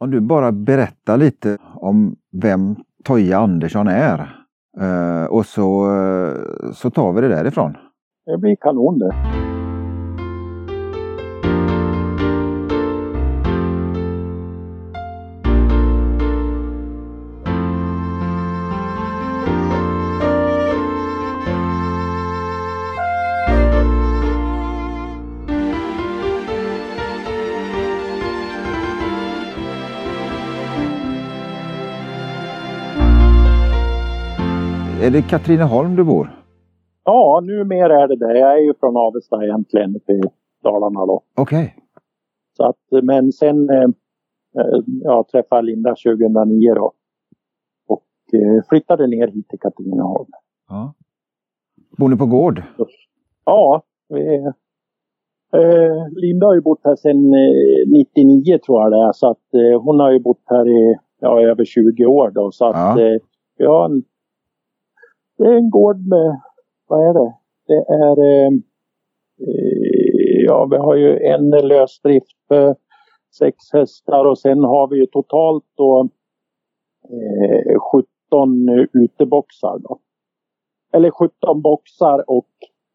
Om du bara berättar lite om vem Toja Andersson är. Och så tar vi det därifrån. Det blir kanon det. Är det Katrineholm du bor? Ja, numera är det det. Jag är ju från Avesta egentligen uppe i Dalarna då. Okej. Så att, men sen jag träffade Linda 2009 då. Och flyttade ner hit till Katrineholm. Ja. Bor ni på gård? Ja, Linda har ju bott här sedan 99 tror jag det är. Så att hon har ju bott här i över 20 år då. Så att ja. Det är en gård med, vad är det? Det är, vi har ju en lösdrift för 6 hästar och sen har vi ju totalt då 17 uteboxar då. Eller 17 boxar och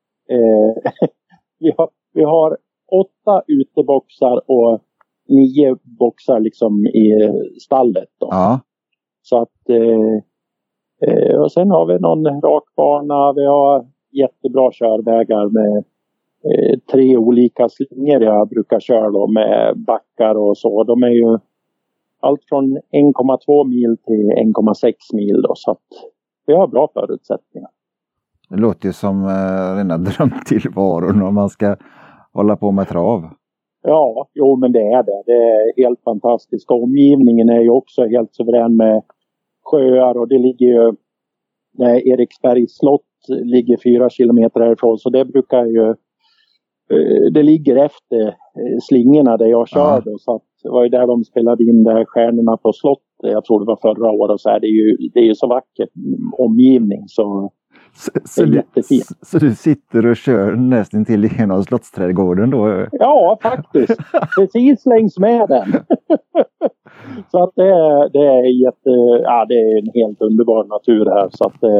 vi har 8 uteboxar och 9 boxar liksom i stallet då. Ja. Så att och sen har vi någon rakbana, vi har jättebra körvägar med 3 olika slingor jag brukar köra då, med backar och så. De är ju allt från 1,2 mil till 1,6 mil då, så att vi har bra förutsättningar. Det låter ju som rena drömtillvaron om man ska hålla på med trav. Ja, jo men det är det. Det är helt fantastiskt. Omgivningen är ju också helt suverän med sjöar och det ligger ju Eriksbergs slott ligger 4 kilometer härifrån så det brukar ju det ligger efter slingorna där jag kör då, så att det var ju där de spelade in där stjärnorna på slott. Jag tror det var förra året och så är det är ju så vackert omgivning så det är jättefint. Så du sitter och kör nästan till igenom slottsträdgården då? Ja, faktiskt. Precis längs med den. Så att det är det är en helt underbar natur här. Så att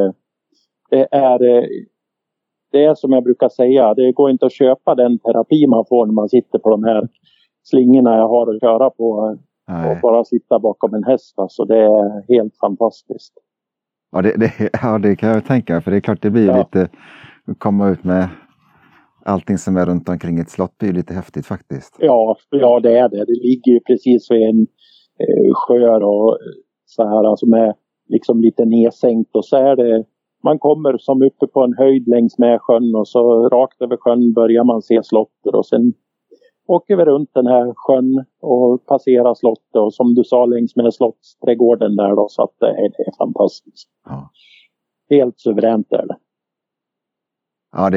det är som jag brukar säga. Det går inte att köpa den terapi man får när man sitter på de här slingorna jag har att köra på. Och bara sitta bakom en häst. Alltså det är helt fantastiskt. Ja, det kan jag tänka. För det är klart det blir lite att komma ut med allting som är runt omkring ett slott blir lite häftigt faktiskt. Ja, det är det. Det ligger ju precis vid en sjö och så här, alltså med liksom lite nedsänkt och så är det, man kommer som uppe på en höjd längs med sjön och så rakt över sjön börjar man se slottet och sen åker vi runt den här sjön och passerar slottet och som du sa längs med slottsträdgården där då, så att det är fantastiskt. Ja. Helt suveränt är det. Ja,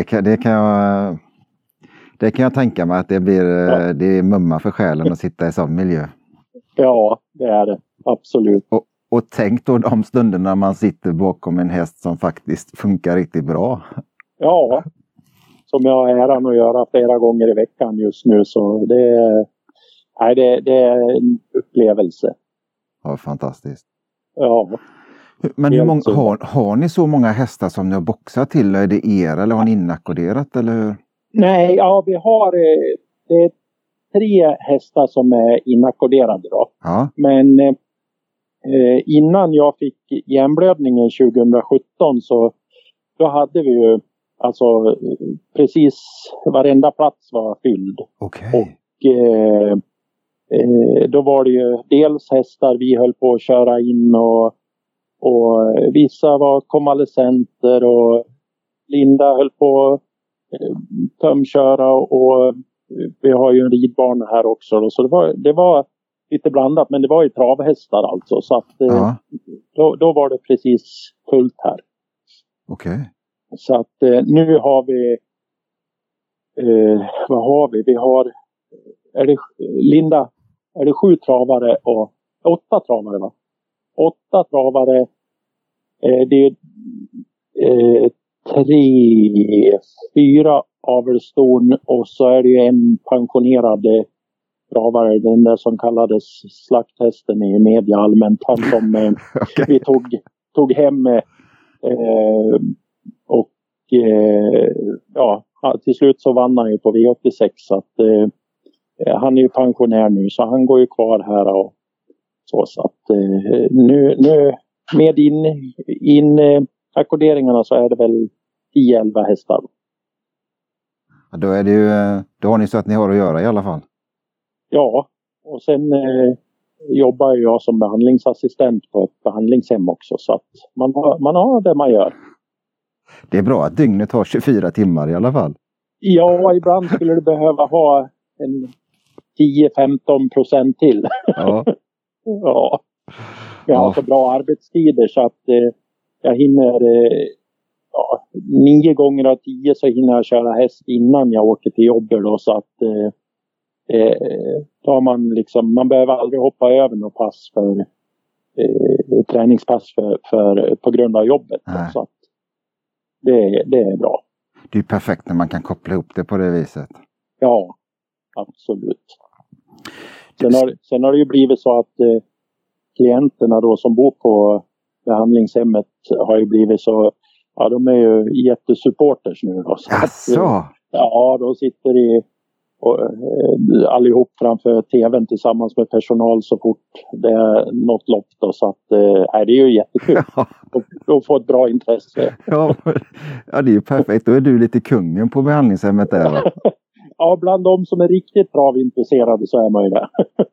det kan jag tänka mig att det blir det är mumma för själen att sitta i sån miljö. Ja, det är det. Absolut. Och tänk då de stunderna man sitter bakom en häst som faktiskt funkar riktigt bra. Ja, som jag har äran att göra flera gånger i veckan just nu. Så det är en upplevelse. Ja, fantastiskt. Ja. Men hur många, har ni så många hästar som ni har boxat till? Är det eller har ni inackorderat? Eller? Nej, vi har det är 3 hästar som är inackorderade då. Ja. Men innan jag fick hjärnblödningen 2017 så då hade vi ju alltså precis varenda plats var fylld. Okay. Och då var det ju dels hästar vi höll på att köra in och vissa var konvalescenter och Linda höll på att tömköra och vi har ju en ridbana här också då, så det var lite blandat men det var ju travhästar alltså så att då var det precis fullt här. Okej. Okay. Så att nu har vi vad har vi? Vi har Linda, är det 7 travare och 8 travare va? 8 travare det är 3, 4 avelston och så är det ju en pensionerad travare, den där som kallades slakthästen i media allmänt. Han som Okay. vi tog hem och till slut så vann han ju på V86 så att han är ju pensionär nu så han går ju kvar här och så att nu med in ackorderingarna så är det väl 10-11 hästar. Då är det ju, då har ni så att ni har att göra i alla fall. Ja, och sen jobbar jag som behandlingsassistent på ett behandlingshem också så att man har det man gör. Det är bra att dygnet har 24 timmar i alla fall. Ja, ibland skulle du behöva ha en 10-15% till. Ja. Ja. Jag har så bra arbetstider så att jag hinner 9 gånger av 10 så hinner jag köra häst innan jag åker till jobbet då, så att då har man liksom, man behöver aldrig hoppa över något pass för träningspass för på grund av jobbet. Så att det är bra. Det är perfekt när man kan koppla ihop det på det viset. Ja, absolut. Sen har det ju blivit så att klienterna då som bor på behandlingshemmet har ju blivit så, ja de är ju jättesupporters nu då. Jaså? Ja, de sitter allihop framför tvn tillsammans med personal så fort det är något lopp då, så att det är ju jättekul. De får ett bra intresse. Ja, det är ju perfekt. Då är du lite kungen på behandlingshemmet där, va? Ja, bland de som är riktigt travintresserade så är man ju det.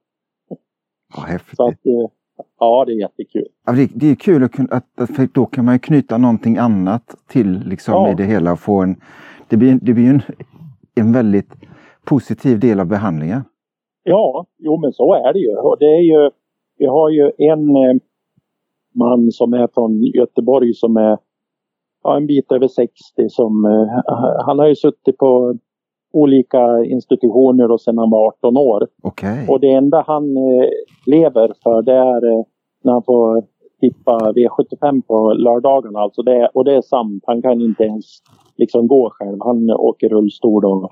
Ja, häftigt. Så att, ja, det är jättekul. Ja, det är kul att för då kan man ju knyta någonting annat till liksom i det hela och få det blir ju en väldigt positiv del av behandlingen. Ja, jo men så är det ju. Och det är ju, vi har ju en man som är från Göteborg som är en bit över 60 som han har ju suttit på olika institutioner och sedan han var 18 år. Okay. Och det enda han lever för det är när han får tippa V75 på lördagarna. Alltså och det är samt. Han kan inte ens liksom gå själv. Han åker rullstol och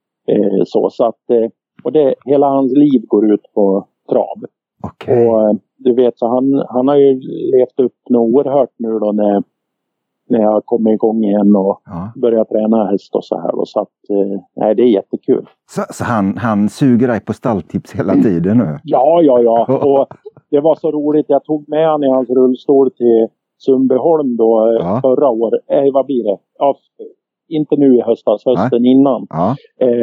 så att och hela hans liv går ut på trav. Okay. Och du vet så han har ju levt upp något oerhört nu då när jag kommer igång igen och börjar träna häst och så här. Och så att, det är jättekul. Så han suger dig på stalltips hela tiden nu? Ja. Och det var så roligt. Jag tog med han i hans rullstol till Sundbyholm då förra året. Vad blir det? Ja, inte nu i höstas, hösten innan. Ja.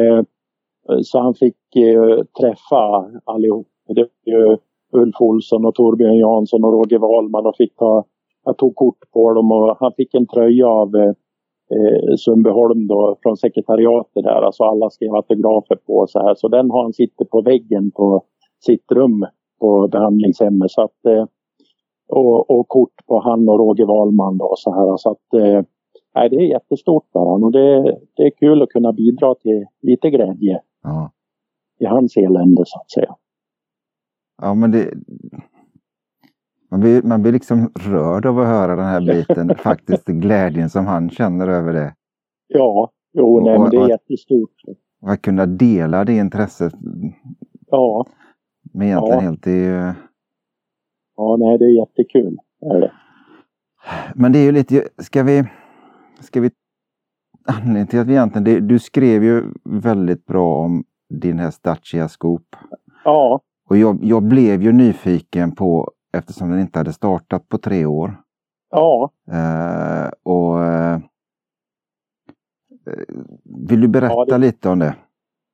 Så han fick träffa allihop. Det var ju Ulf Olsson och Torbjörn Jansson och Roger Wahlman och jag tog kort på dem och han fick en tröja av Sundbyholm då från sekretariatet där. Alltså alla skrev autografer på så här. Så den har han sitter på väggen på sitt rum på behandlingshemmet. Så att, och kort på han och Roger Wahlman då så här. Så att det är jättestort för han och det är kul att kunna bidra till lite glädje i hans elände så att säga. Ja, men man blir liksom rörd av att höra den här biten. Faktiskt glädjen som han känner över det. Ja, men det är jättestort. Och att kunna dela det intresset. Ja. Men egentligen helt i... Ja, nej, det är jättekul. Är det. Men det är ju lite... Ska vi... Anledningen till att vi egentligen... Du skrev ju väldigt bra om din häst Dacia Scoop. Ja. Och jag blev ju nyfiken på, eftersom den inte hade startat på 3 år. Ja. Vill du berätta lite om det?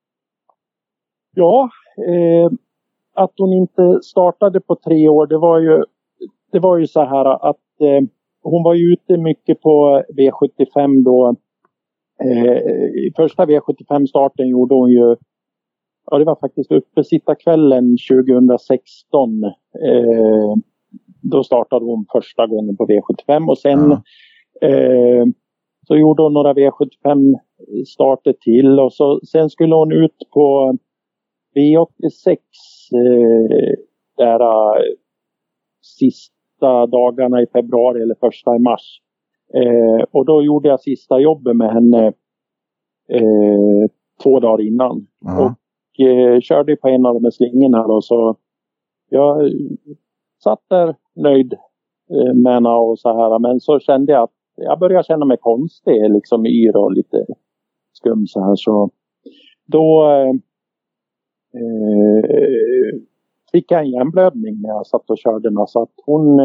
Ja, att hon inte startade på 3 år, det var ju så här att hon var ju ute mycket på V75 då. I första V75-starten gjorde hon ju, det var faktiskt uppesittarkvällen 2016. Då startade hon första gången på V75 och sen så gjorde hon några V75-starter till och sen skulle hon ut på V86 där sista dagarna i februari eller första i mars. Och då gjorde jag sista jobbet med henne 2 dagar innan. Och körde på en av de här slingorna då, så jag satt där nöjd med henne och så här, men så kände jag att jag började känna mig konstig, liksom yr och lite skum så här, så då fick jag en hjärnblödning när jag satt och körde den, så att hon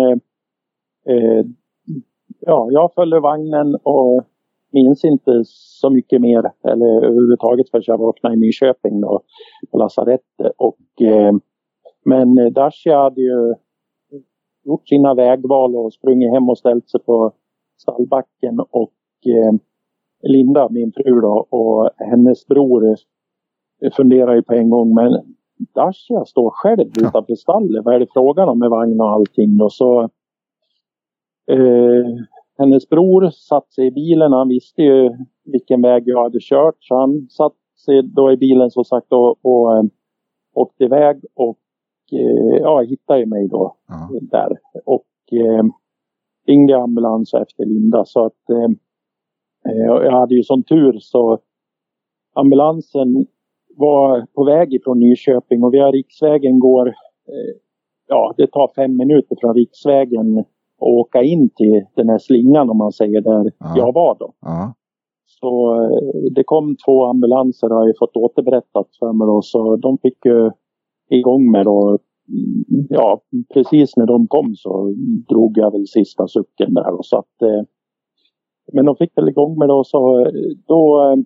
jag följde vagnen och minns inte så mycket mer eller överhuvudtaget för jag vaknade i Nyköping då, på lasarettet. Men Dasha hade ju gjort sina vägval och sprungit hem och ställt sig på stallbacken, och Linda, min fru då, och hennes bror funderar ju på en gång, men Dasha står själv utanför stallet, vad är det frågan om med vagn och allting då? Så hennes bror satt sig i bilen, han visste ju vilken väg jag hade kört, så han satt sig då i bilen så sagt och åkte iväg och hittade ju mig då där, och ringde ambulans efter Linda, så att jag hade ju sån tur så ambulansen var på väg ifrån Nyköping, och via riksvägen går det tar 5 minuter från riksvägen att åka in till den här slingan, om man säger, där jag var då. Så det kom 2 ambulanser, har jag fått återberättat för mig då, så de fick ju igång med då, precis när de kom så drog jag väl sista sucken där, och så att men de fick väl igång med då, så då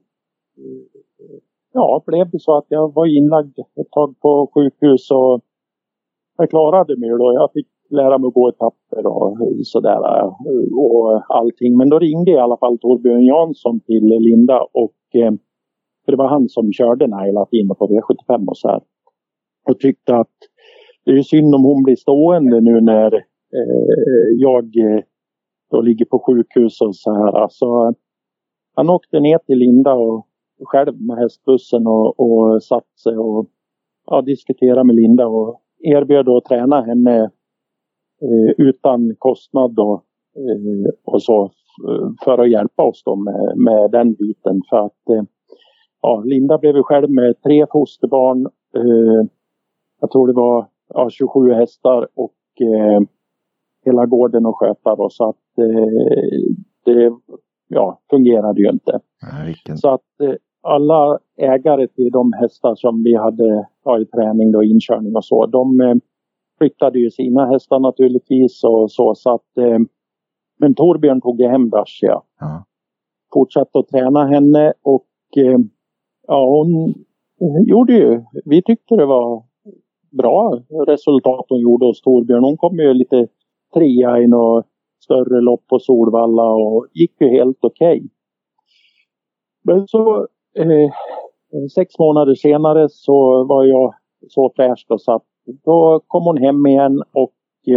blev det så att jag var inlagd ett tag på sjukhus, och jag klarade mig då. Jag fick lära mig att gå etapper och sådär och allting. Men då ringde i alla fall Torbjörn Jansson till Linda, och för det var han som körde den här hela tiden på V75 och så här. Och tyckte att det är synd om hon blir stående nu när jag då ligger på sjukhus och så här. Så han åkte ner till Linda och själv med hästbussen och satt sig och diskuterade med Linda och erbjöd då att träna henne utan kostnad då, och så för att hjälpa oss då med den biten, för att Linda blev ju själv med 3 fosterbarn, jag tror det var 27 hästar och hela gården och sköta då, så att det fungerade ju inte. Så att alla ägare till de hästar som vi hade i träning och inkörning och så, de flyttade ju sina hästar naturligtvis och så att men Torbjörn tog hem Dasha. Fortsatte att träna henne, och hon gjorde ju, vi tyckte det var bra resultat hon gjorde hos Torbjörn. Hon kom ju lite 3 i något större lopp på Solvalla och gick ju helt okej. Men så 6 månader senare så var jag så fräsch då, så att då kom hon hem igen, och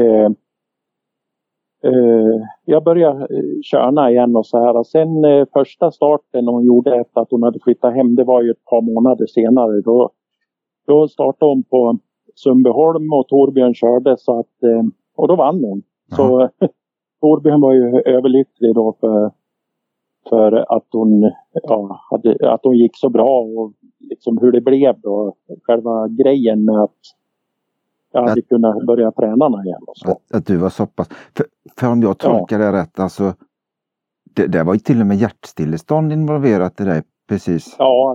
jag började köra igen och så här. Och sen första starten hon gjorde efter att hon hade flyttat hem, det var ju ett par månader senare. Då startade hon på Sundbyholm och Torbjörn körde, så att, och då vann hon. Så Torbjörn var ju överlycklig då för att hon att hon gick så bra, och liksom hur det blev då, själva grejen med att jag hade kunnat börja träna igen och så. Att du var så pass, för om jag tolkar det rätt, alltså det var ju till och med hjärtstillestånd involverat i dig, precis.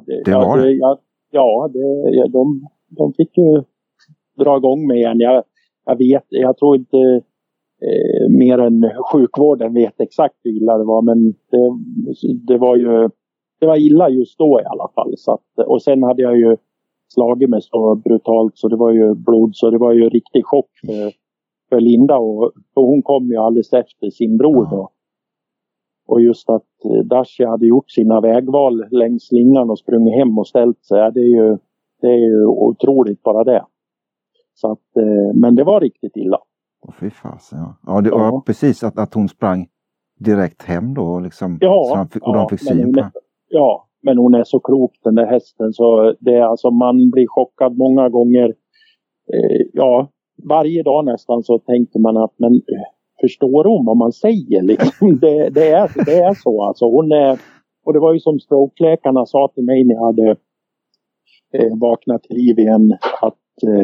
De fick ju dra igång med igen. Jag tror inte mer än sjukvården vet exakt hur illa det var, men det var illa just då i alla fall, så att, och sen hade jag ju slagit mig så brutalt så det var ju blod, så det var ju riktig chock för Linda, och hon kom ju alldeles efter sin bror då. Och just att Dasha hade gjort sina vägval längs slingan och sprungit hem och ställt sig, det är ju otroligt bara det. Så att, men det var riktigt illa. Fy fasen, det var precis att hon sprang direkt hem då liksom, och de fick syn på. Men hon är så klok, den där hästen, så det är alltså, man blir chockad många gånger. Varje dag nästan så tänker man att, men förstår hon vad man säger liksom? det är så alltså, hon är, och det var ju som strokeläkarna sa till mig när jag hade vakna till liv igen. Att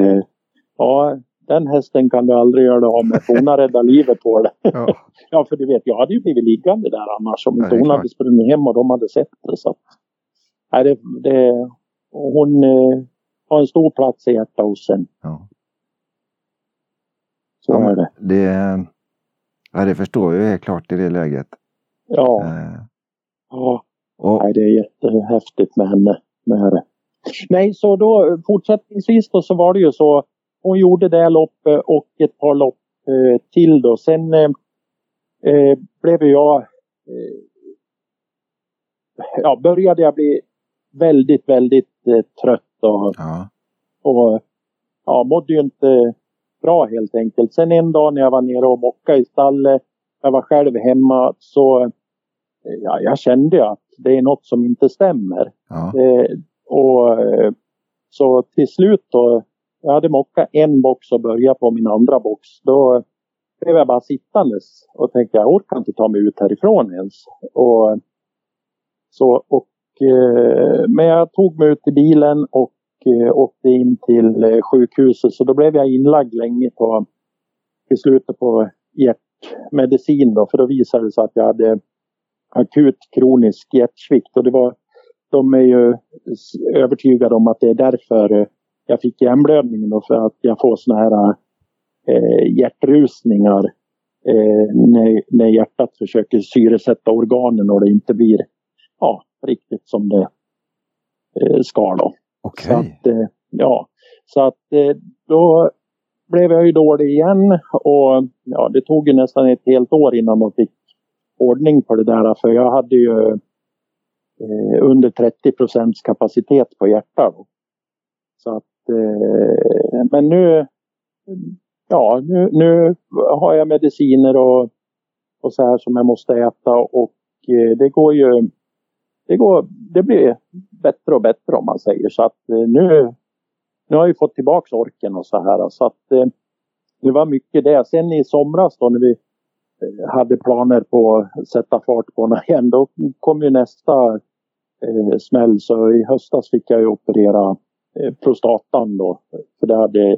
den hästen kan du aldrig göra av med. Hon har räddat livet på det. Ja. Ja, för du vet, jag hade ju blivit liggande där annars. Om inte hon hade sprungit hem och de hade sett det. Så hon har en stor plats i hjärtat hos en. Ja. Så är det. Det förstår jag helt klart i det läget. Ja. Nej, det är jättehäftigt med henne. Nej, så då fortsättningsvis då, så var det ju så. Hon gjorde det loppet och ett par lopp till då. Sen blev jag började jag bli väldigt, väldigt trött och mådde ju inte bra helt enkelt. Sen en dag när jag var nere och mockade i stallet, jag var själv hemma, så jag kände att det är något som inte stämmer. Ja. Så till slut då, jag hade mockat en box och börjat på min andra box. Då blev jag bara sittandes och tänkte jag orkar inte ta mig ut härifrån ens. Men jag tog mig ut i bilen och åkte in till sjukhuset. Så då blev jag inlagd länge till slutet på hjärtmedicin då. För då visade det sig att jag hade akut kronisk hjärtsvikt. Och de är ju övertygade om att det är därför jag fick hjärnblödningen då, för att jag får såna här hjärtrusningar när hjärtat försöker syresätta organen och det inte blir riktigt som det ska då. Okay. Så att då blev jag ju dålig igen och det tog ju nästan ett helt år innan de fick ordning på det där, för jag hade ju under 30% kapacitet på hjärtat då. Så att men nu har jag mediciner och så här som jag måste äta, och det blir bättre och bättre om man säger. Så att nu har jag ju fått tillbaka orken och så här. Så att det var mycket det. Sen i somras då när vi hade planer på att sätta fart på den igen, då kom ju nästa smäll. Så i höstas fick jag ju operera prostatan då. För det hade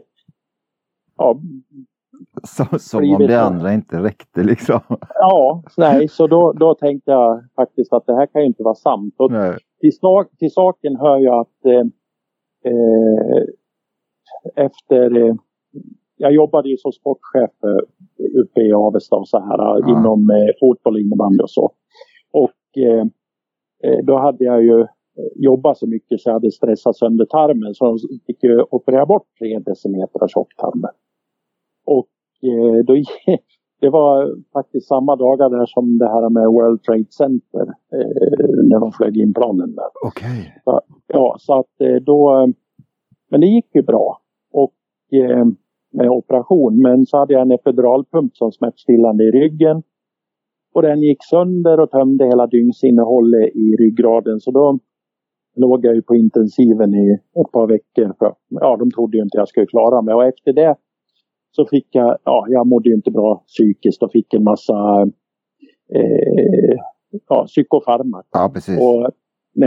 som om det andra inte räckte liksom. Ja, nej, så då tänkte jag faktiskt att det här kan ju inte vara sant. Och till saken hör jag att jag jobbade ju som sportchef uppe i Avesta och så här inom fotboll, innebandy och så. Och då hade jag ju jobbat så mycket så jag hade stressat sönder tarmen, så de fick ju operera bort 3 decimeter av tjocktarmen. Och det var faktiskt samma dagar där som det här med World Trade Center när de flög in planen där. Okej. Så att men det gick ju bra och med operation, men så hade jag en epiduralpump som smärtstillande i ryggen och den gick sönder och tömde hela dygnsinnehållet i ryggraden, så då låg jag ju på intensiven i ett par veckor för de trodde ju inte jag skulle klara mig, och efter det så fick jag mådde ju inte bra psykiskt och fick en massa psykofarmak. Ja, precis. Och när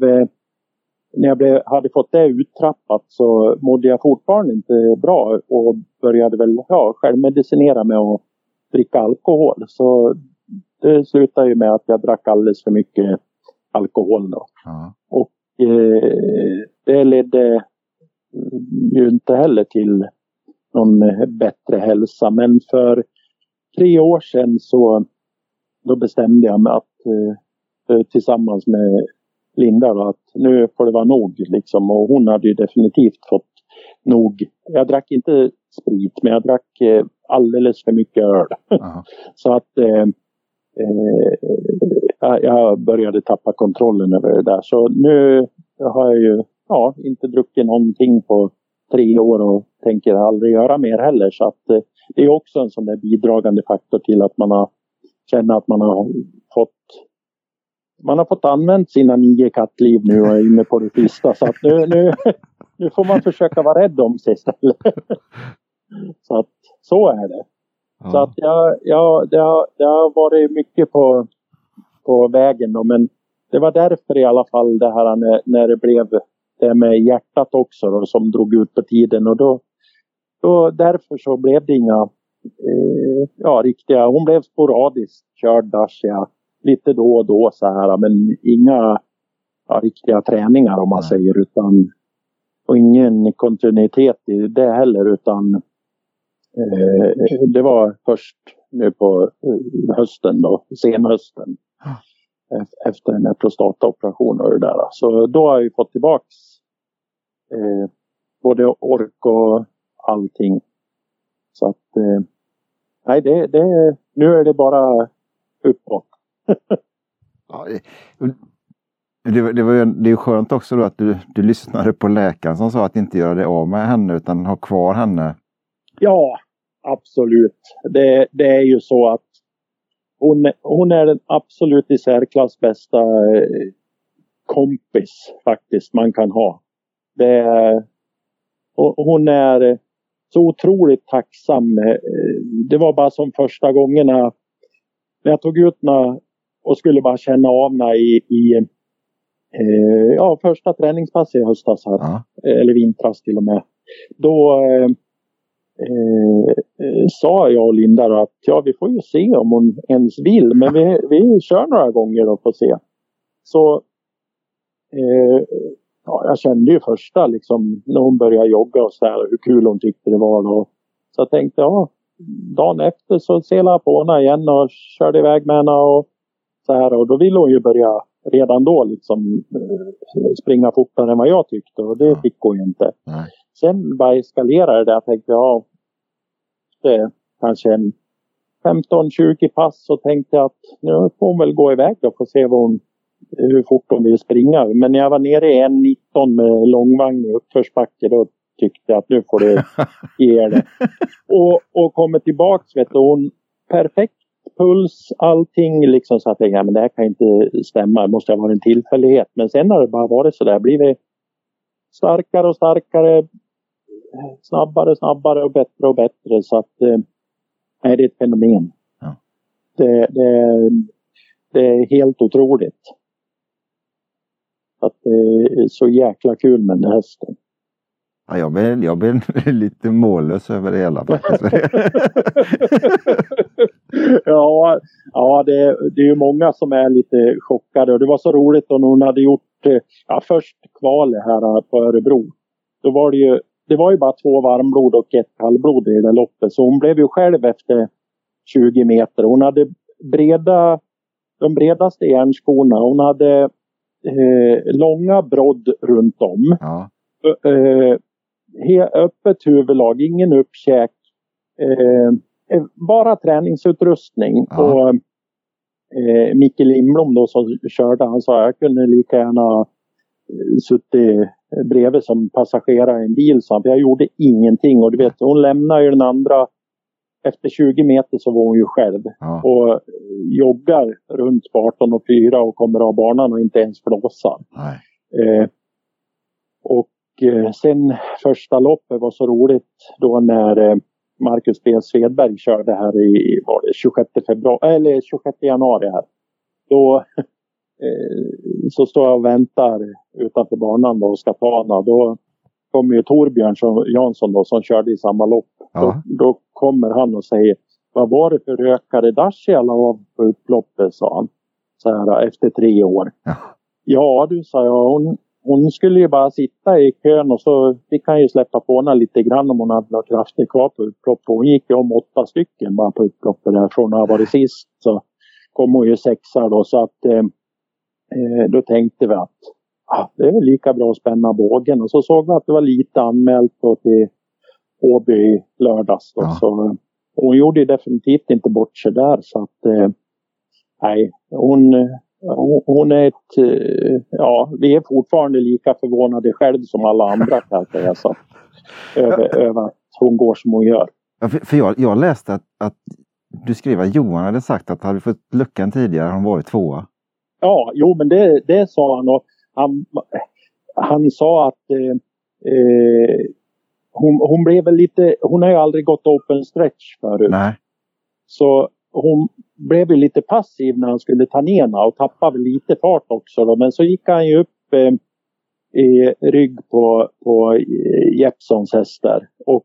jag hade fått det uttrappat så mådde jag fortfarande inte bra och började väl självmedicinera med att dricka alkohol. Så det slutade ju med att jag drack alldeles för mycket alkohol då. Ja. Och det ledde ju inte heller till någon bättre hälsa. Men för 3 år sedan så då bestämde jag mig att tillsammans med Linda då, att nu får det vara nog liksom. Och hon hade ju definitivt fått nog. Jag drack inte sprit, men jag drack alldeles för mycket öl. Så att jag började tappa kontrollen över det där. Så nu har jag ju inte druckit någonting på 3 år och tänker aldrig göra mer heller. Så att det är också en sån där bidragande faktor till att man har känner att man har fått använt sina 9 kattliv nu och är inne på det sista. Så att nu får man försöka vara rädd om sig istället. Så att så är det. Ja. Så att det har varit mycket på vägen då, men det var därför i alla fall det här när det blev det med hjärtat också då, som drog ut på tiden. Och då därför så blev det inga riktiga. Hon blev sporadiskt körd Dacia lite då och då så här, men inga riktiga träningar om man säger, utan och ingen kontinuitet i det heller, utan det var först nu på hösten då, senhösten efter den här prostataoperationen och det där. Så då har jag fått tillbaks både ork och allting. Så att nej, nu är det bara uppåt. Ja, det är skönt också då att du lyssnade på läkaren som sa att inte göra det av med henne utan ha kvar henne. Ja, absolut. Det är ju så att hon är den absolut i särklass bästa kompis faktiskt man kan ha. Hon är så otroligt tacksam. Det var bara som första gångerna när jag tog ut henne och skulle bara känna av henne i första träningspass i höstas här. Eller vintras till och med. Då sa jag och Linda att vi får ju se om hon ens vill. Men vi kör några gånger och får se. Så jag kände ju första liksom, när hon började jogga och så här, hur kul hon tyckte det var då. Så jag tänkte dagen efter så selade jag på henne igen och körde iväg med henne och så här. Och då ville hon ju börja redan då liksom springa fortare än vad jag tyckte. Och det fick hon ju inte. Nej. Sen bara eskalerade det. Jag tänkte det kanske en 15-20 pass. Så tänkte jag att nu får hon väl gå iväg och få se hur fort hon vill springa. Men när jag var nere i 1.19 med långvagn i uppförsbacke, då tyckte jag att nu får det ge det. Och kommer tillbaks, vet du, hon perfekt puls, allting liksom, så att jag tänkte, men det här kan inte stämma, det måste ha varit en tillfällighet. Men sen har det bara varit så där, blivit starkare och starkare, snabbare och bättre, så att det är ett fenomen. Ja. Det är helt otroligt. Att det är så jäkla kul med den hästen. Ja, jag blir lite mållös över det hela faktiskt. Det är ju många som är lite chockade. Och det var så roligt när hon hade gjort först kvalet här på Örebro. Då var det var ju bara 2 varmblod och 1 kallblod i det loppet. Så hon blev ju själv efter 20 meter. Hon hade de bredaste järnskorna. Hon hade långa brodd runt om. Ja. Öppet huvudlag, ingen uppkäk. Bara träningsutrustning. Ja. Och Micke Lindblom då som körde, han sa jag kunde lika gärna suttit bredvid som passagerare i en bil. Så jag gjorde ingenting. Och du vet, hon lämnar ju den andra. Efter 20 meter så var hon ju själv. Ja. Och joggar runt på 18,4 och kommer av banan och inte ens blåsar. Sen första loppet var så roligt då när Marcus B. Svedberg körde här var det 26 januari här. Då så står jag och väntar utanför banan då och ska ta henne. Då kommer ju Torbjörn Jansson då, som körde i samma lopp. Ja. Då kommer han och säger, vad var det för rökare Dacia av på upploppet, sa han. Så här, efter 3 år. Ja, du, sa jag, hon skulle ju bara sitta i kön och så fick han ju släppa på henne lite grann om hon hade några krafter kvar på upploppet. Hon gick ju om 8 stycken bara på upploppet därifrån när jag var sist. Så kom hon ju 6:a då, så att då tänkte vi att det är lika bra att spänna bågen. Och så såg vi att det var lite anmält till Åby lördags då. Ja. Så hon gjorde definitivt inte bort sig där, så att nej, hon är vi är fortfarande lika förvånade själv som alla andra kan jag säga, så över att hon går som hon gör. Ja, för jag läste att du skrev att Johan hade sagt att hade fått luckan tidigare, hon varit 2:a. Ja, jo, men det sa han, och han sa att hon blev väl lite, hon har ju aldrig gått open stretch förut. Nej. Så hon blev ju lite passiv när han skulle ta ner henne och tappade lite fart också då. Men så gick han ju upp rygg på Jeppsons hästar. Och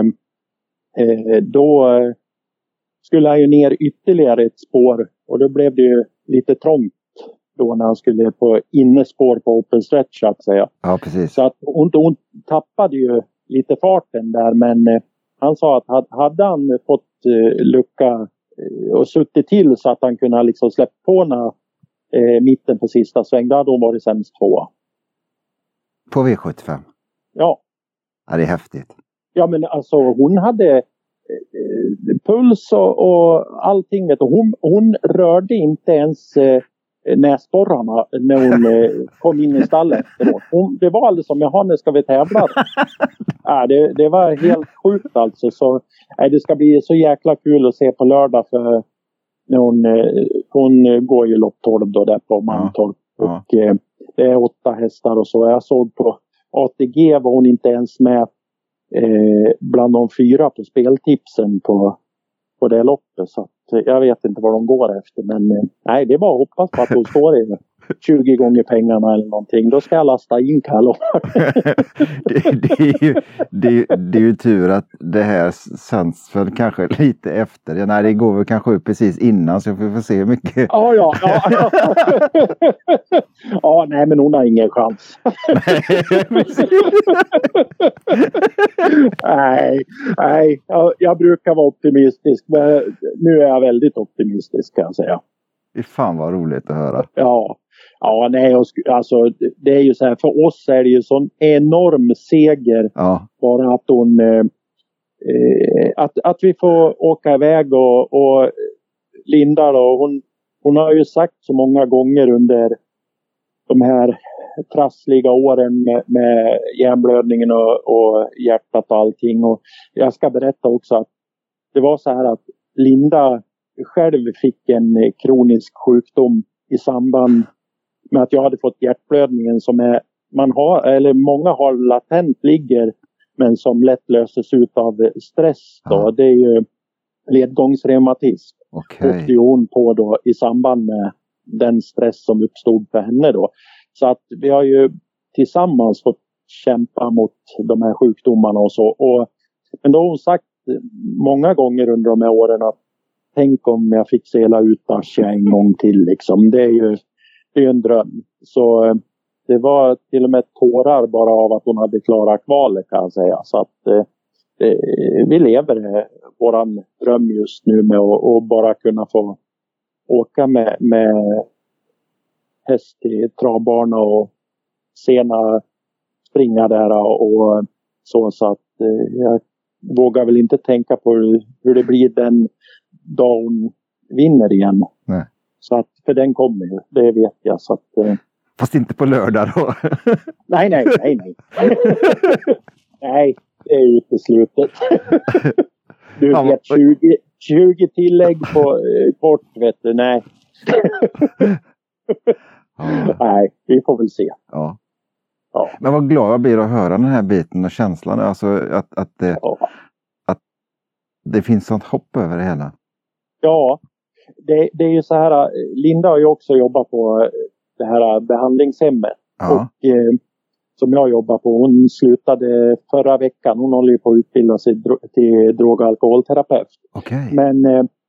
då skulle han ju ner ytterligare ett spår. Och då blev det ju lite trångt då när han skulle på innespår på open stretch så att säga. Ja, precis. Så att hon tappade ju lite farten där, men han sa att hade han fått lucka och suttit till så att han kunde liksom släppa på mitten på sista sväng, då hade hon varit sämst 2. På V75? Ja. Ja, det är häftigt. Ja, men alltså hon hade puls och allting. Vet du. Hon rörde inte ens näsborrarna när hon kom in i stallet efteråt. Det var alldeles som, nu ska vi tävla. Det var helt sjukt alltså. Så, det ska bli så jäkla kul att se på lördag, för när hon går ju lopp 12 då där på Mantorp. Ja. Och det är 8 hästar och så. Jag såg på ATG var hon inte ens med bland de 4 på speltipsen på det loppet. Så att, jag vet inte vad de går efter. Men nej, det är bara att hoppas på att hon står i 20 gånger pengarna eller någonting. Då ska jag lasta in Karl. det är ju tur att det här sänds väl kanske lite efter. Nej, det går väl kanske ut precis innan, så vi får se hur mycket. Ja. Ja, nej, men hon har ingen chans. Nej, jag brukar vara optimistisk, men nu är jag väldigt optimistisk kan jag säga. Det är fan vad roligt att höra. Ja, nej, alltså det är ju så här, för oss är det ju sån enorm seger. Ja. Bara att att vi får åka iväg och Linda då, hon har ju sagt så många gånger under de här trassliga åren med hjärnblödningen och hjärtat och allting. Och jag ska berätta också att det var så här att Linda själv fick en kronisk sjukdom i samband med att jag hade fått hjärtblödningen som många har latent ligger, men som lätt löses ut av stress då. Ja. Det är ju ledgångsreumatism. Okay. Och det är hon på då i samband med den stress som uppstod för henne då. Så att vi har ju tillsammans fått kämpa mot de här sjukdomarna och så. Men då har hon sagt många gånger under de här åren att tänk om jag fick sela ut Asha en gång till liksom. Det är ju en dröm. Så det var till och med tårar bara av att hon hade klarat kvalet kan jag säga. Så att vi lever våran dröm just nu med att bara kunna få åka med häst i travbana och sena springa där och så att jag vågar väl inte tänka på hur det blir den dag hon vinner igen. Nej. Så att för den kommer ju, det vet jag. Så att, fast inte på lördag då? Nej. Nej, det är uteslutet. Du vet 20 tillägg på kort, vet du, nej. Nej, vi får väl se. Ja. Men vad glad jag blir att höra den här biten och känslan. Alltså att det finns sånt hopp över det hela. Ja, det är ju så här. Linda har ju också jobbat på det här behandlingshemmet. Ja. Och som jag jobbar på, hon slutade förra veckan. Hon håller ju på att utbilda sig till drog- och alkoholterapeut. Okay. Men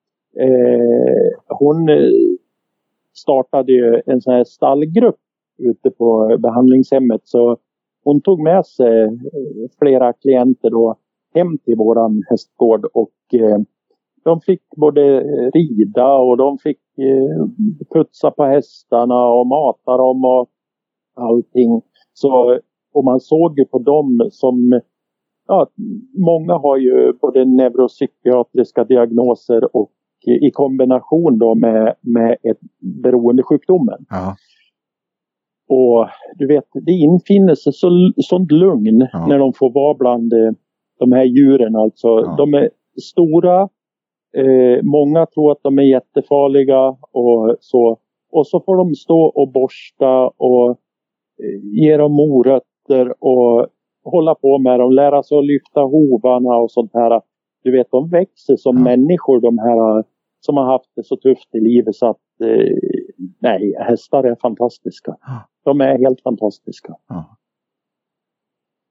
hon startade ju en sån här stallgrupp ute på behandlingshemmet. Så hon tog med sig flera klienter då hem till våran hästgård och de fick både rida och de fick putsa på hästarna och mata dem och allting. Så, och man såg ju på dem som, många har ju både neuropsykiatriska diagnoser och i kombination då med ett beroendesjukdomen. Ja. Och du vet, det infinner sig sånt lugn när de får vara bland de här djuren. Alltså, de är stora. Många tror att de är jättefarliga och så får de stå och borsta och ge dem morötter och hålla på med dem, lära sig att lyfta hovarna och sånt här. Du vet, de växer som människor, de här som har haft det så tufft i livet, så att hästar är fantastiska. De är helt fantastiska.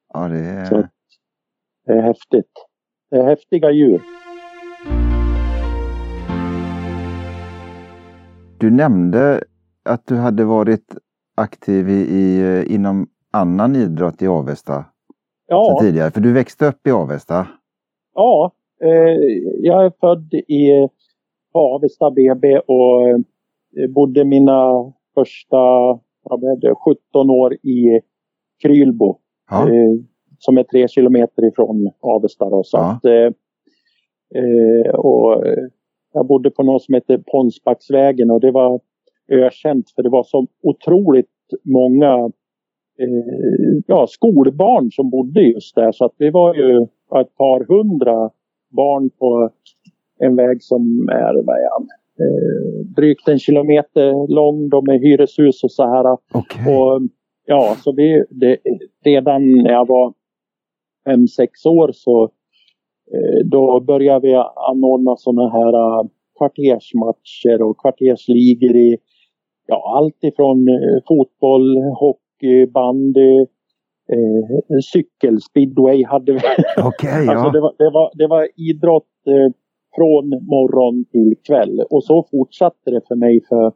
Ja, det är... Så det är häftigt. Det är häftiga djur. Du nämnde att du hade varit aktiv inom annan idrott i Avesta. Ja. Tidigare, för du växte upp i Avesta. Ja, jag är född i Avesta BB och bodde mina första 17 år i Krylbo. Ja. Som är 3 kilometer ifrån Avesta. Då, så ja. att, och jag bodde på något som heter Ponsbacksvägen och det var ökänt för det var så otroligt många skolbarn som bodde just där. Så att vi var ju ett par hundra barn på en väg som är drygt 1 kilometer lång. De är hyreshus och så här. Okay. Och ja, så redan när jag var 5-6 år så då började vi anordna såna här kvartersmatcher och kvartersligor i allt ifrån fotboll, hockey, bandy, cykelspeedway hade vi. Okay, ja. Alltså det var idrott från morgon till kväll och så fortsatte det för mig för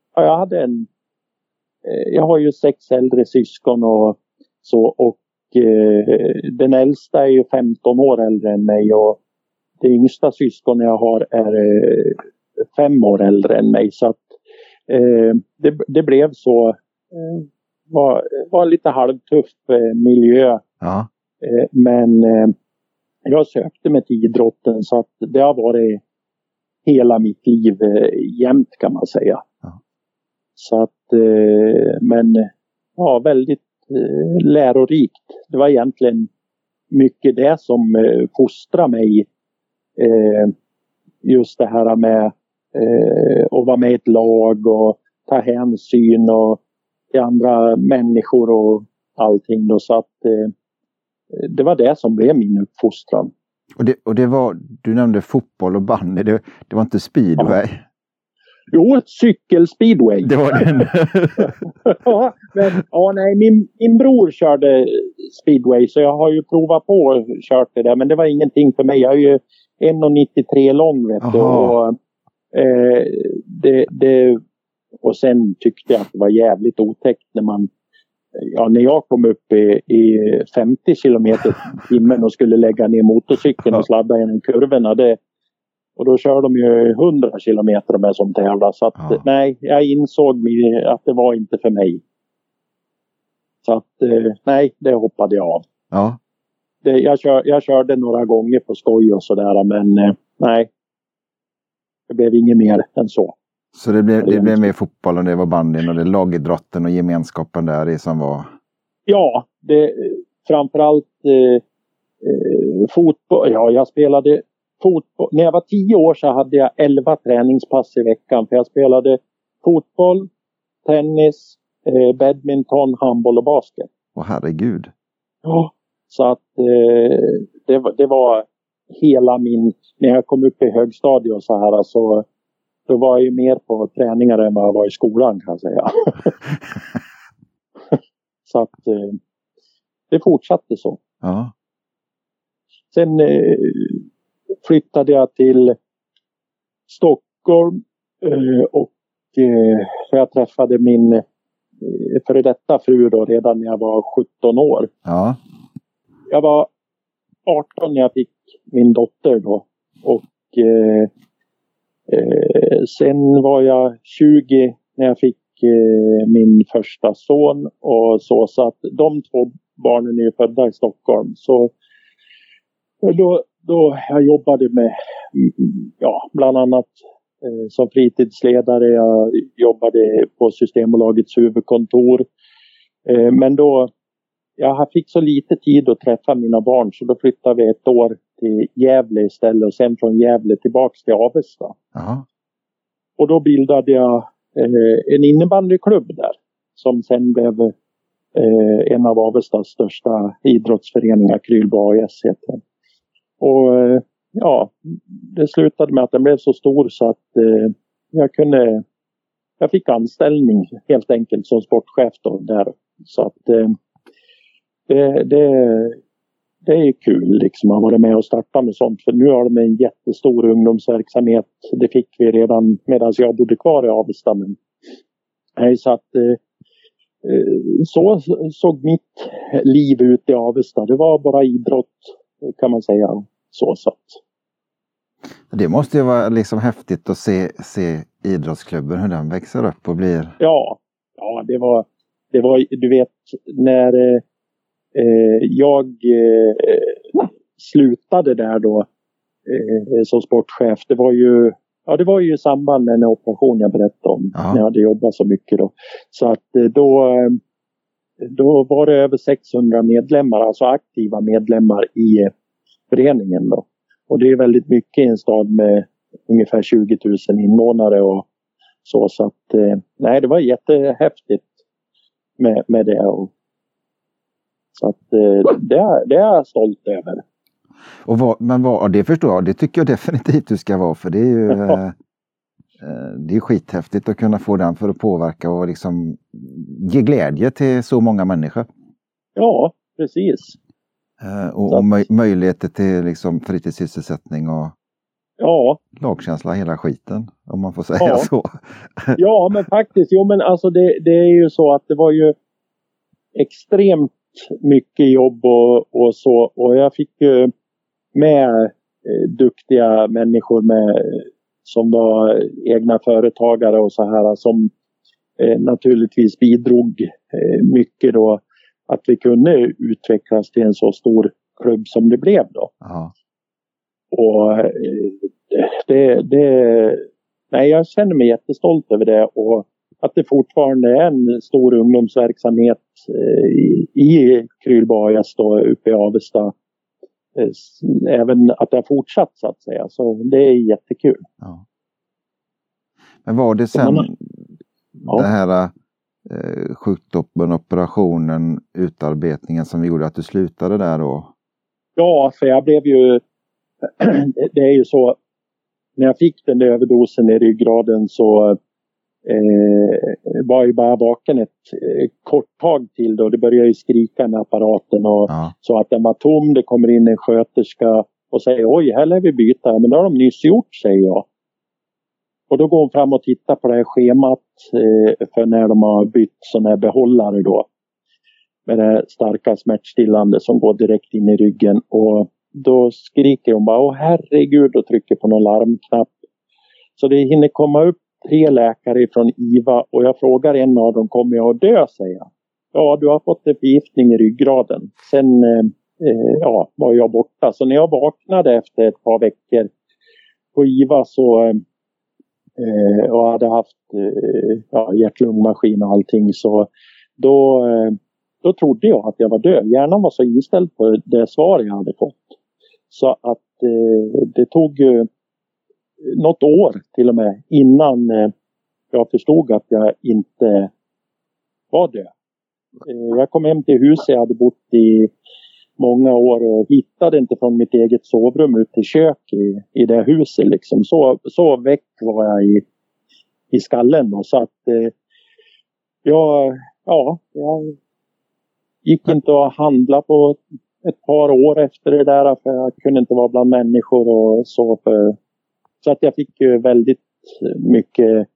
jag har ju 6 äldre syskon och så och den äldsta är ju 15 år äldre än mig och det yngsta syskon jag har är 5 år äldre än mig så att det blev så var en lite halvtuff miljö. Ja. Men jag sökte mig till idrotten så att det har varit hela mitt liv jämt kan man säga. Ja. Så att men väldigt lärorikt. Det var egentligen mycket det som fostrade mig just det här med att vara med i ett lag och ta hänsyn och till andra människor och allting då, så att det var det som blev min uppfostran. Och det var, du nämnde fotboll och bandy, det var inte speedway? Ja. Jo, cykelspeedway. Det var den. Min bror körde speedway så jag har ju provat på och kört det där men det var ingenting för mig. Jag är ju 1,93 lång vet du och och sen tyckte jag att det var jävligt otäckt när jag kom upp i 50 kilometer timmen och skulle lägga ner motorcykeln och sladda genom kurvorna. Och då kör de ju 100 kilometer med som tävlar. Så att nej, jag insåg att det var inte för mig. Så att nej, det hoppade jag av. Ja. Jag körde några gånger på skoj och sådär men nej. Det blev inget mer än så. Så det blev mer fotboll och det var bandyn och det lagidrotten och gemenskapen där det som var... Ja, framförallt fotboll. Ja, jag spelade fotboll. När jag var 10 år så hade jag 11 träningspass i veckan. För jag spelade fotboll, tennis, badminton, handboll och basket. Åh herregud. Ja, så att det var hela när jag kom upp i högstadiet och så här så då var jag ju mer på träningar än vad jag var i skolan kan jag säga. Så att det fortsatte så. Ja. Sen flyttade jag till Stockholm och jag träffade min före detta fru då redan när jag var 17 år. Ja. Jag var 18 när jag fick min dotter då och sen var jag 20 när jag fick min första son och så att de 2 barnen är födda i Stockholm så då jag jobbade med bland annat som fritidsledare, jag jobbade på Systembolagets huvudkontor men då jag fick så lite tid att träffa mina barn så då flyttade vi 1 år till Gävle istället och sen från Gävle tillbaks till Avesta. Aha. Och då bildade jag en innebandyklubb där som sen blev en av Avestas största idrottsföreningar, Krylbo AIS heter. Och det slutade med att den blev så stor så att jag fick anställning helt enkelt som sportchef då där. Så att det är kul liksom att vara med och starta med sånt. För nu har de en jättestor ungdomsverksamhet. Det fick vi redan medan jag bodde kvar i Avesta. Men så att så såg mitt liv ut i Avesta. Det var bara idrott kan man säga. Så att. Det måste ju vara liksom häftigt att se idrottsklubben, hur den växer upp och blir. Ja, det var du vet när jag slutade där då som sportchef. Det var ju i samband med en operation jag berättade om. Ja. När jag hade jobbat så mycket då. Så att då var det över 600 medlemmar, alltså aktiva medlemmar i föreningen då. Och det är väldigt mycket i en stad med ungefär 20 000 invånare och så att nej, det var jättehäftigt med det. Och, så att det är jag stolt över. Och det förstår jag, det tycker jag definitivt du ska vara, för det är ju det är skithäftigt att kunna få den för att påverka och liksom ge glädje till så många människor. Ja, precis. Och möjligheter till liksom fritidssysselsättning och lagkänsla, hela skiten, om man får säga så. Ja, men faktiskt, men alltså det är ju så att det var ju extremt mycket jobb och så, och jag fick ju med duktiga människor som var egna företagare och så här, som naturligtvis bidrog mycket då att vi kunde utvecklas till en så stor klubb som det blev då. Aha. Och nej, jag känner mig jättestolt över det, och att det fortfarande är en stor ungdomsverksamhet i Krylbo då uppe i Avesta. Även att det har fortsatt så att säga. Så det är jättekul. Ja. Men var det sen det här sjukdomen, operationen, utarbetningen som gjorde att du slutade där då? Ja, för jag blev ju det är ju så, när jag fick den där överdosen i ryggraden så var ju bara vaken ett kort tag till då. Det började ju skrika med apparaten och så att den var tom. Det kommer in en sköterska och säger oj, här lär vi byta. Men det har de nyss gjort, säger jag. Och då går hon fram och tittar på det här schemat för när de har bytt sådana här behållare då. Med det starka smärtstillande som går direkt in i ryggen. Och då skriker hon bara, herregud, och trycker på någon larmknapp. Så det hinner komma upp 3 läkare från IVA och jag frågar en av dem, kommer jag att dö, säger jag. Ja, du har fått en förgiftning i ryggraden. Sen var jag borta. Så när jag vaknade efter ett par veckor på IVA så och hade haft hjärt-lungmaskin och allting, så då trodde jag att jag var död. Hjärnan var så inställd på det svar jag hade fått. Så att det tog något år till och med innan jag förstod att jag inte var död. Jag kom hem till huset jag hade bott i många år och hittade inte från mitt eget sovrum ut till kök i det huset liksom. Så väck var jag i skallen då. Så att jag gick inte att handla på ett par år efter det där, för jag kunde inte vara bland människor och så. Så att jag fick ju väldigt mycket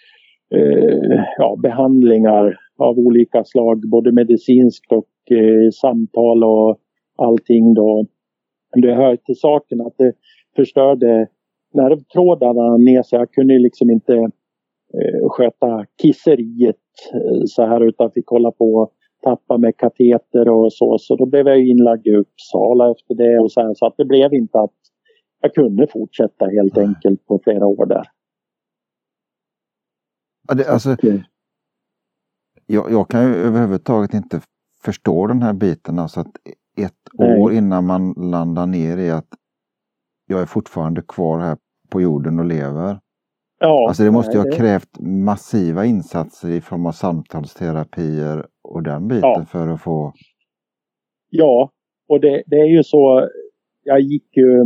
behandlingar av olika slag, både medicinskt och samtal och allting då. Det hör till saken att det förstörde nervtrådarna ner, så jag kunde liksom inte sköta kisseriet så här, utan fick hålla på och tappa med kateter och så då blev jag inlagd i Uppsala efter det och så här, så att det blev inte att jag kunde fortsätta helt enkelt på flera år där. Jag kan ju överhuvudtaget inte förstå den här biten, alltså att ett år innan man landar ner i att jag är fortfarande kvar här på jorden och lever. Ja, alltså det måste ju ha krävt massiva insatser i form av samtalsterapier och den biten för att få... Ja, och det är ju så, jag gick ju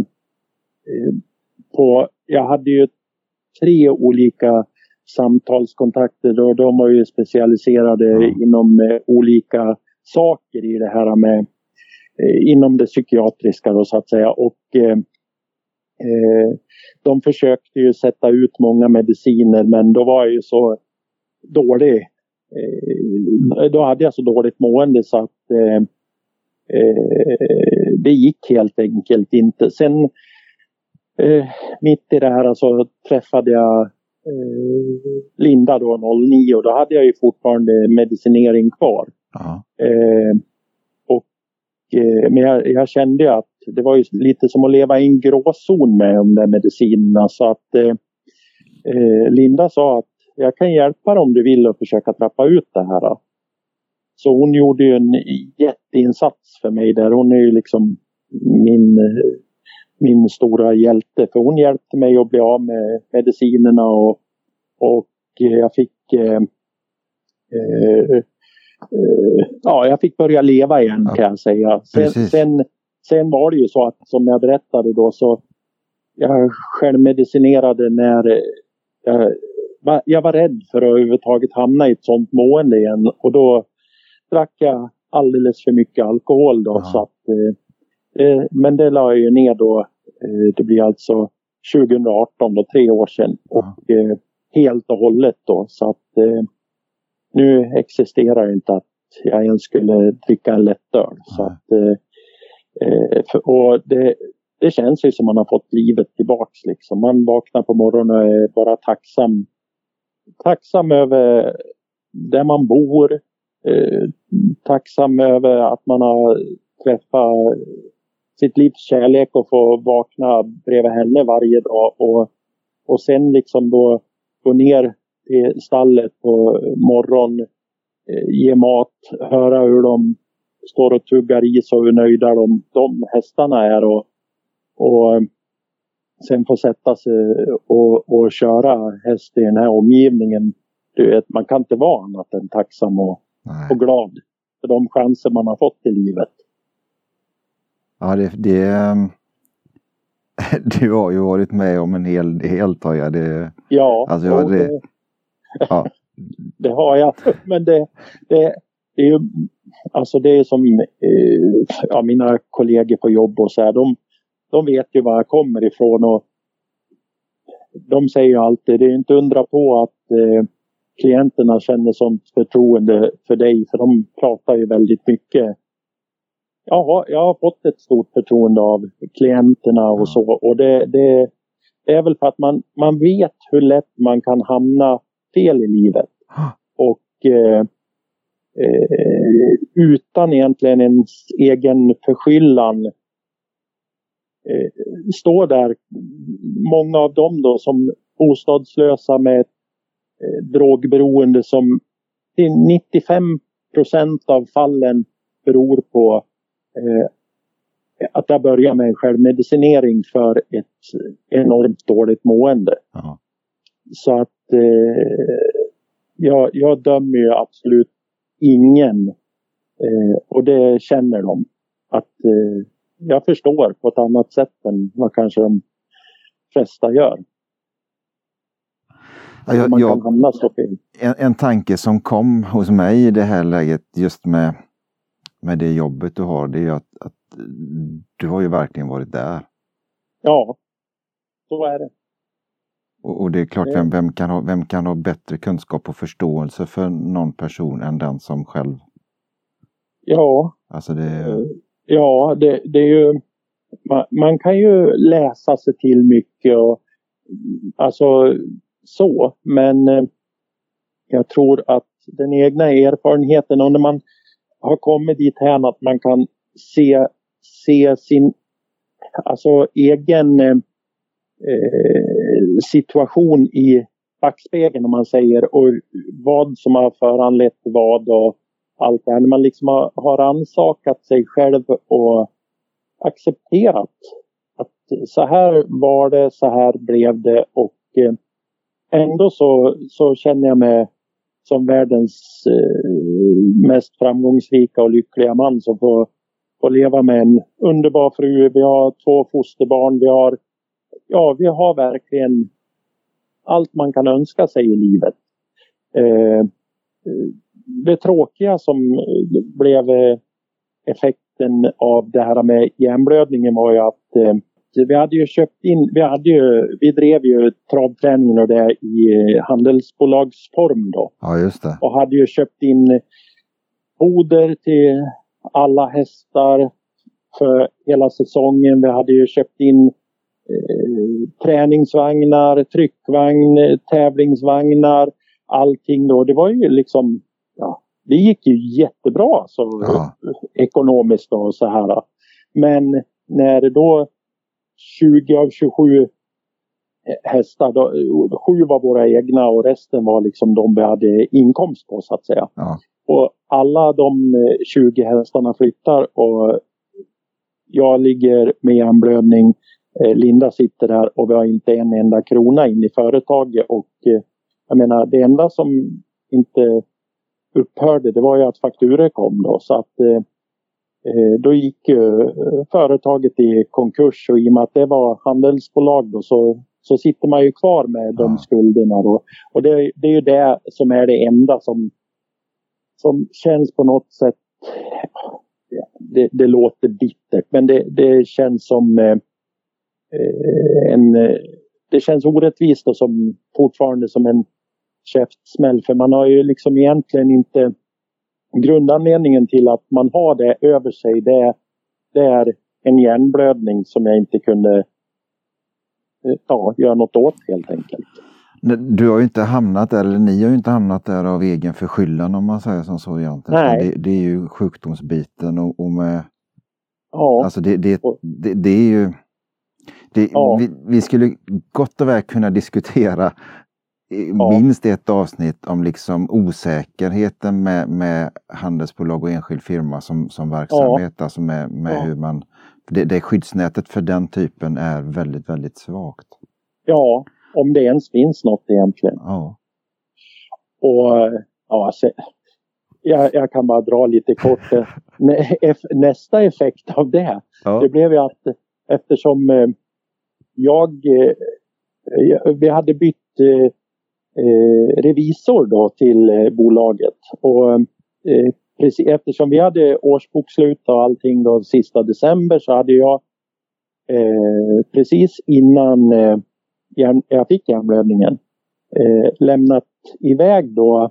jag hade ju 3 olika samtalskontakter och de var ju specialiserade inom olika saker i det här med inom det psykiatriska då, så att säga, och de försökte ju sätta ut många mediciner, men då var jag ju så dålig, då hade jag så dåligt mående så att det gick helt enkelt inte. Sen mitt i det här så träffade jag Linda då 09, och då hade jag ju fortfarande medicinering kvar. Men jag kände ju att det var ju lite som att leva i en gråzon med de där medicinerna, så att Linda sa att jag kan hjälpa dig om du vill och försöka trappa ut det här. Så hon gjorde ju en jätteinsats för mig där. Hon är ju liksom min stora hjälte, för hon hjälpte mig att bli av med medicinerna, och jag fick jag fick börja leva igen, kan jag säga. Sen var det ju så att, som jag berättade då, så jag självmedicinerade när jag var rädd för att överhuvudtaget hamna i ett sånt mående igen, och då drack jag alldeles för mycket alkohol då, så att men det la jag ju ner då, det blir alltså 2018 då, 3 år sedan, och helt och hållet då, så att nu existerar inte att jag ens skulle dricka en lättöl. Så att, och det känns ju som man har fått livet tillbaks liksom. Man vaknar på morgonen och är bara tacksam över där man bor, tacksam över att man har träffat sitt livs kärlek och få vakna bredvid henne varje dag, och sen liksom då gå ner till stallet på morgon, ge mat, höra hur de står och tuggar is och hur nöjda de hästarna är, och sen få sätta sig och köra häst i den här omgivningen. Du vet, man kan inte vara annat än tacksam och glad för de chanser man har fått i livet. Ja, du har ju varit med om en hel del, tar jag det. Ja, alltså, det har jag. Men det är ju, alltså det är som mina kollegor på jobb och så här, de vet ju var jag kommer ifrån, och de säger ju alltid, det är inte undra på att klienterna känner sånt förtroende för dig, för de pratar ju väldigt mycket. Ja, jag har fått ett stort förtroende av klienterna och så, och det är väl för att man vet hur lätt man kan hamna fel i livet, och utan egentligen ens egen förskyllan står där många av dem då som bostadslösa med ett drogberoende som till 95% av fallen beror på att jag börjar med en självmedicinering för ett enormt dåligt mående. Så att jag dömer ju absolut ingen, och det känner de att jag förstår på ett annat sätt än vad kanske de flesta gör. Man kan hamna så fel. En tanke som kom hos mig i det här läget just med det jobbet du har, det är ju att du har ju verkligen varit där. Ja, så är det. Och det är klart, vem kan ha bättre kunskap och förståelse för någon person än den som själv... Ja, alltså det är ju... Man kan ju läsa sig till mycket och alltså så, men jag tror att den egna erfarenheten, och när man har kommit dit här att man kan se sin egen situation i backspegeln, om man säger, och vad som har föranlett vad och allt det här. När man liksom har ransakat sig själv och accepterat att så här var det, så här blev det, och ändå så känner jag mig som världens mest framgångsrika och lyckliga man som får leva med en underbar fru. Vi har 2 fosterbarn. Vi har verkligen allt man kan önska sig i livet. det tråkiga som blev effekten av det här med hjärnblödningen var ju att vi hade ju köpt in, vi drev ju travträningen och det i handelsbolagsform då. Ja, just det. Och hade ju köpt in foder till alla hästar för hela säsongen. Vi hade ju köpt in träningsvagnar, tryckvagn, tävlingsvagnar, allting då. Det var ju liksom, ja, det gick ju jättebra så ekonomiskt och så här. Men när då 20 av 27 hästar, då, 7 var våra egna och resten var liksom de vi hade inkomst på så att säga. Ja. Och alla de 20 hästarna flyttar och jag ligger med en blödning. Linda sitter där och vi har inte en enda krona in i företaget och jag menar det enda som inte upphörde det var ju att fakturor kom då så att då gick företaget i konkurs och i och med att det var handelsbolag då så sitter man ju kvar med de skulderna då. Och det är ju det som är det enda som känns på något sätt, det låter bittert men det känns som det känns orättvist och som fortfarande som en käftsmäll för man har ju liksom egentligen inte grundanledningen till att man har det över sig det är en hjärnblödning som jag inte kunde göra något åt helt enkelt. Du har ju inte hamnat där, eller ni har ju inte hamnat där av egen förskyllan om man säger som så egentligen. Nej. Det är ju sjukdomsbiten och med alltså det är ju vi skulle gott och väl kunna diskutera minst ett avsnitt om liksom osäkerheten med handelsbolag och enskild firma som verksamhet. Alltså med hur man det skyddsnätet för den typen är väldigt, väldigt svagt. Ja, om det ens finns något egentligen. Ja. Och alltså, jag kan bara dra lite kort. Nästa effekt av det blev ju att eftersom vi hade bytt revisor då till bolaget och precis, eftersom vi hade årsbokslut och allting då sista december så hade jag precis innan jag fick hjärnblödningen lämnat iväg då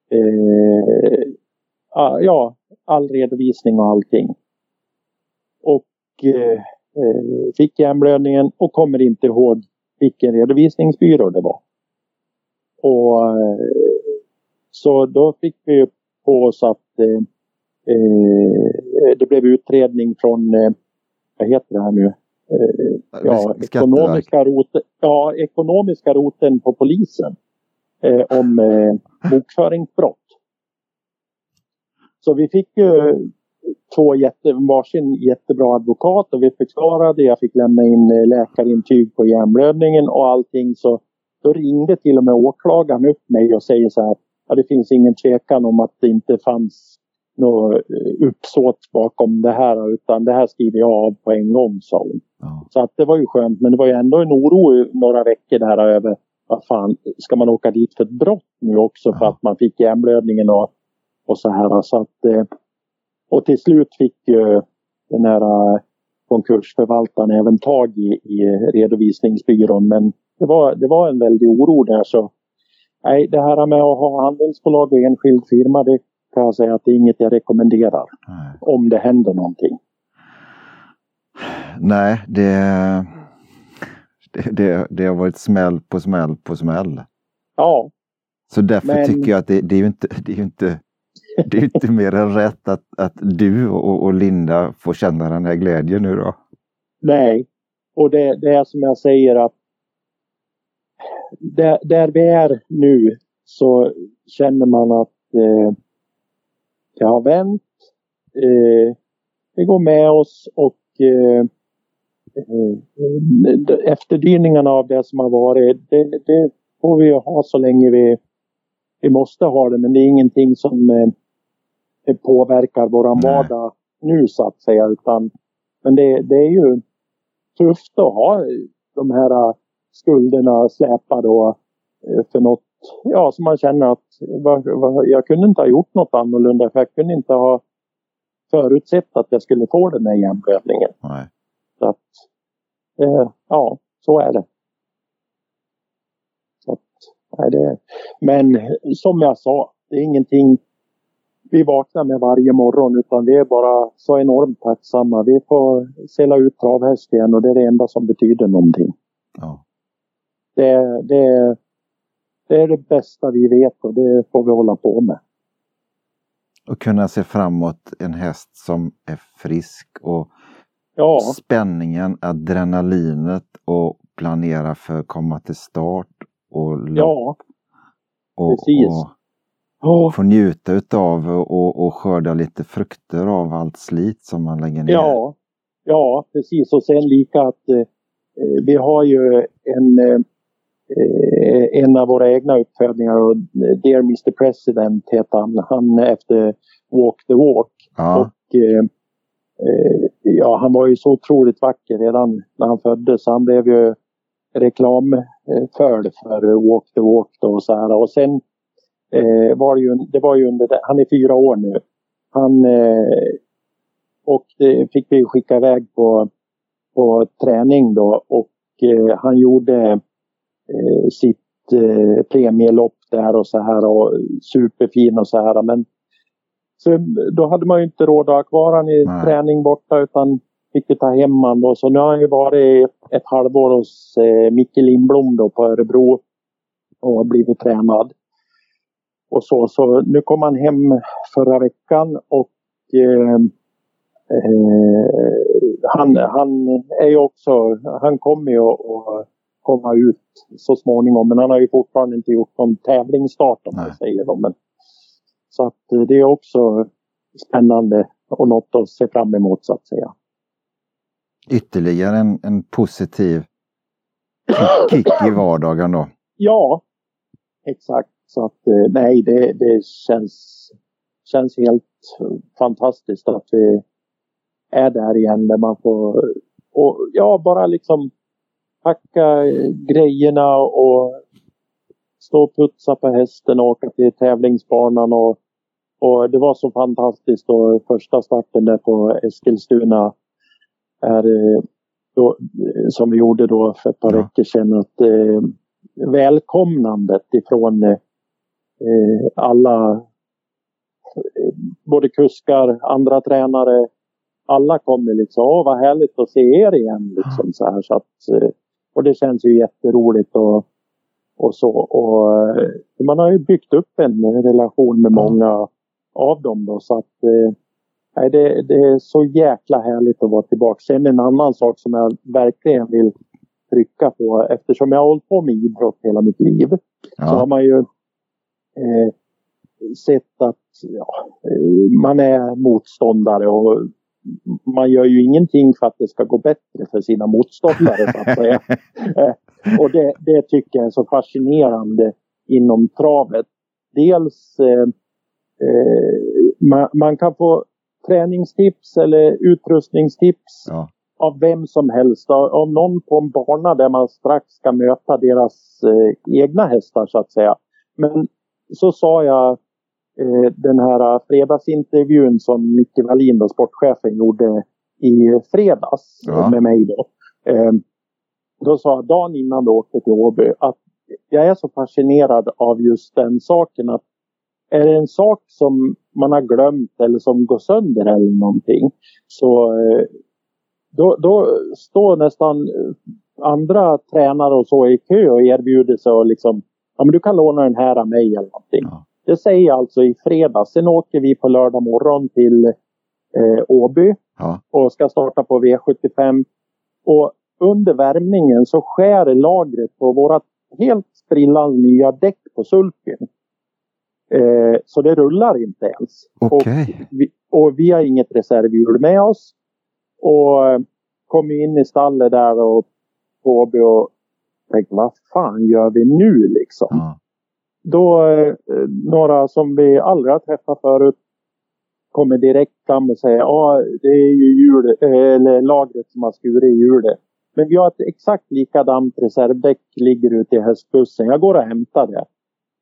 all redovisning och allting och fick hjärnblödningen och kommer inte ihåg vilken redovisningsbyrå det var. Och så då fick vi på oss att det blev utredning från vad heter det här nu? Ekonomiska roten på polisen om bokföringsbrott. Så vi fick varsin jättebra advokat och vi förklarade, jag fick lämna in läkarintyg på hjärnblödningen och allting så då ringde till och med åklagaren upp mig och säger så här, det finns ingen tvekan om att det inte fanns något uppsåt bakom det här utan det här skriver jag av på en gång, sa hon. Ja. Så att det var ju skönt men det var ju ändå en oro några veckor där över, vad fan, ska man åka dit för ett brott nu också för att man fick hjärnblödningen och så här så att och till slut fick ju den här konkursförvaltaren även tag i redovisningsbyrån men det var en väldig oro där så nej, det här med att ha handelsbolag och enskild firma det kan jag säga att det är inget jag rekommenderar om det händer någonting. Nej, det har varit smäll på smäll på smäll. Ja. Så därför tycker jag att det är ju inte mer än rätt att du och Linda får känna den här glädjen nu då. Nej, och det är som jag säger att där vi är nu så känner man att det har vänt. Det går med oss och efterdyningarna av det som har varit det får vi ha så länge vi måste ha det men det är ingenting som påverkar våran vardag nu så att säga men det är ju tufft att ha de här skulderna släpade då för något ja, så man känner att jag kunde inte ha gjort något annorlunda. För jag kunde inte ha förutsett att jag skulle få den här hjärnblödningen. Nej. Så att, ja, så är det. Så att, nej, men som jag sa, det är ingenting vi vaknar med varje morgon, utan vi är bara så enormt tacksamma. Vi får sälja ut travhäst igen och det är det enda som betyder någonting. Ja. Det är det bästa vi vet och det får vi hålla på med. Och kunna se framåt en häst som är frisk och spänningen, adrenalinet och planera för att komma till start och precis. Och få njuta utav och skörda lite frukter av allt slit som man lägger ner. Ja, precis. Och sen lika att vi har ju en av våra egna uppfödningar, och Dear Mr. President heter han efter Walk the Walk. Ja. Och han var ju så otroligt vacker redan när han föddes. Han blev ju reklamförd för Walk the Walk då och så här. Och sen det var ju under han är 4 år nu. Och det fick vi skicka iväg på träning då, och han gjorde sitt premielopp där och så här, och superfin och så här, men så då hade man ju inte råd att ha kvar han i träning borta, utan fick vi ta hem han då. Så nu har han ju varit ett halvår hos Micke Lindblom då på Örebro och blivit tränad. Och så nu kom han hem förra veckan, och han är ju också, han kommer ju att komma ut så småningom, men han har ju fortfarande inte gjort någon tävlingsstart om man säger då. Men, så att det är också spännande och något att se fram emot så att säga. Ytterligare en positiv kick i vardagen då. Ja, exakt. Så att nej, det känns helt fantastiskt att vi är där igen, där man får bara liksom packa grejerna och stå och putsa på hästen och åka till tävlingsbanan, och det var så fantastiskt då, första starten där på Eskilstuna då, som vi gjorde då för ett par veckor sedan, att välkomnandet ifrån alla, både kuskar, andra tränare, alla kommer liksom, vad härligt att se er igen liksom så här, så att, och det känns ju jätteroligt och så, och man har ju byggt upp en relation med många av dem då, så att det är så jäkla härligt att vara tillbaka. Sen en annan sak som jag verkligen vill trycka på, eftersom jag har hållit på med idrott hela mitt liv, så har man ju sett att man är motståndare, och man gör ju ingenting för att det ska gå bättre för sina motståndare så att säga. Och det tycker jag är så fascinerande inom travet. Dels man kan få träningstips eller utrustningstips av vem som helst, av någon på en bana där man strax ska möta deras egna hästar så att säga. Men så sa jag den här fredagsintervjun som Micke Wallin då, sportchefen, gjorde i fredags med mig då. Då sa jag dagen innan du åkte till Åby att jag är så fascinerad av just den saken, att är det en sak som man har glömt eller som går sönder eller någonting, så då står nästan andra tränare och så i kö och erbjuder sig och liksom, ja men du kan låna den här av mig eller någonting. Ja. Det säger jag alltså i fredags. Sen åker vi på lördag morgon till Åby och ska starta på V75. Och under värmningen så skär lagret på våra helt sprillans nya däck på sulken. Så det rullar inte ens. Okay. Och vi har inget reservhjul med oss. Och kom in i stallet där och på Åby och tänkte, vad fan gör vi nu liksom? Ja. Då några som vi aldrig har träffat förut kommer direkt fram och säger det är ju eller lagret som har skurit i hjulet. Men vi har ett exakt likadant reservdäck ligger ute i hästbussen. Jag går och hämtar det.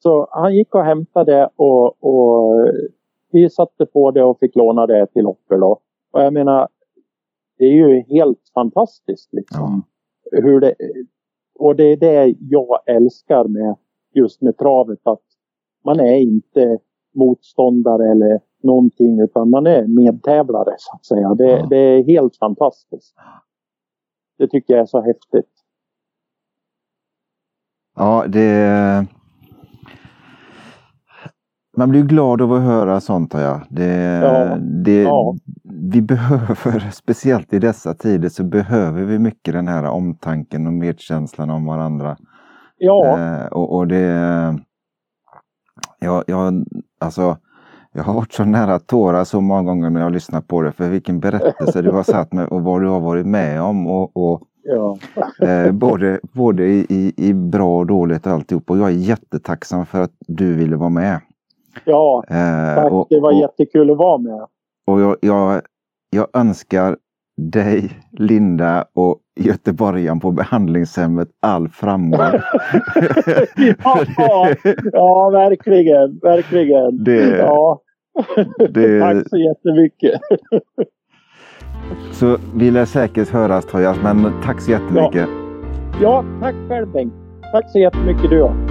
Så han gick och hämtade och vi satte på det och fick låna det till Opel då. Och jag menar, det är ju helt fantastiskt liksom. Hur det, och det är det jag älskar med just med travet, att man är inte motståndare eller någonting, utan man är medtävlare så att säga. Det är helt fantastiskt. Det tycker jag är så häftigt. Ja, man blir glad av att höra sånt här. Vi behöver, speciellt i dessa tider, så behöver vi mycket den här omtanken och medkänslan om varandra. Ja. Och det... Jag har varit så nära tårar så många gånger när jag lyssnar på det. För vilken berättelse du har satt med och vad du har varit med om. Både i bra och dåligt och alltihop. Och jag är jättetacksam för att du ville vara med. Ja, tack. Det var jättekul att vara med. Och jag önskar dig, Linda och göteborgaren på behandlingshemmet all framgång. Ja, verkligen. Tack så jättemycket. Så vi lär säkert höras, Tojas, men tack så jättemycket. Ja, tack själv, Bengt. Tack så jättemycket du.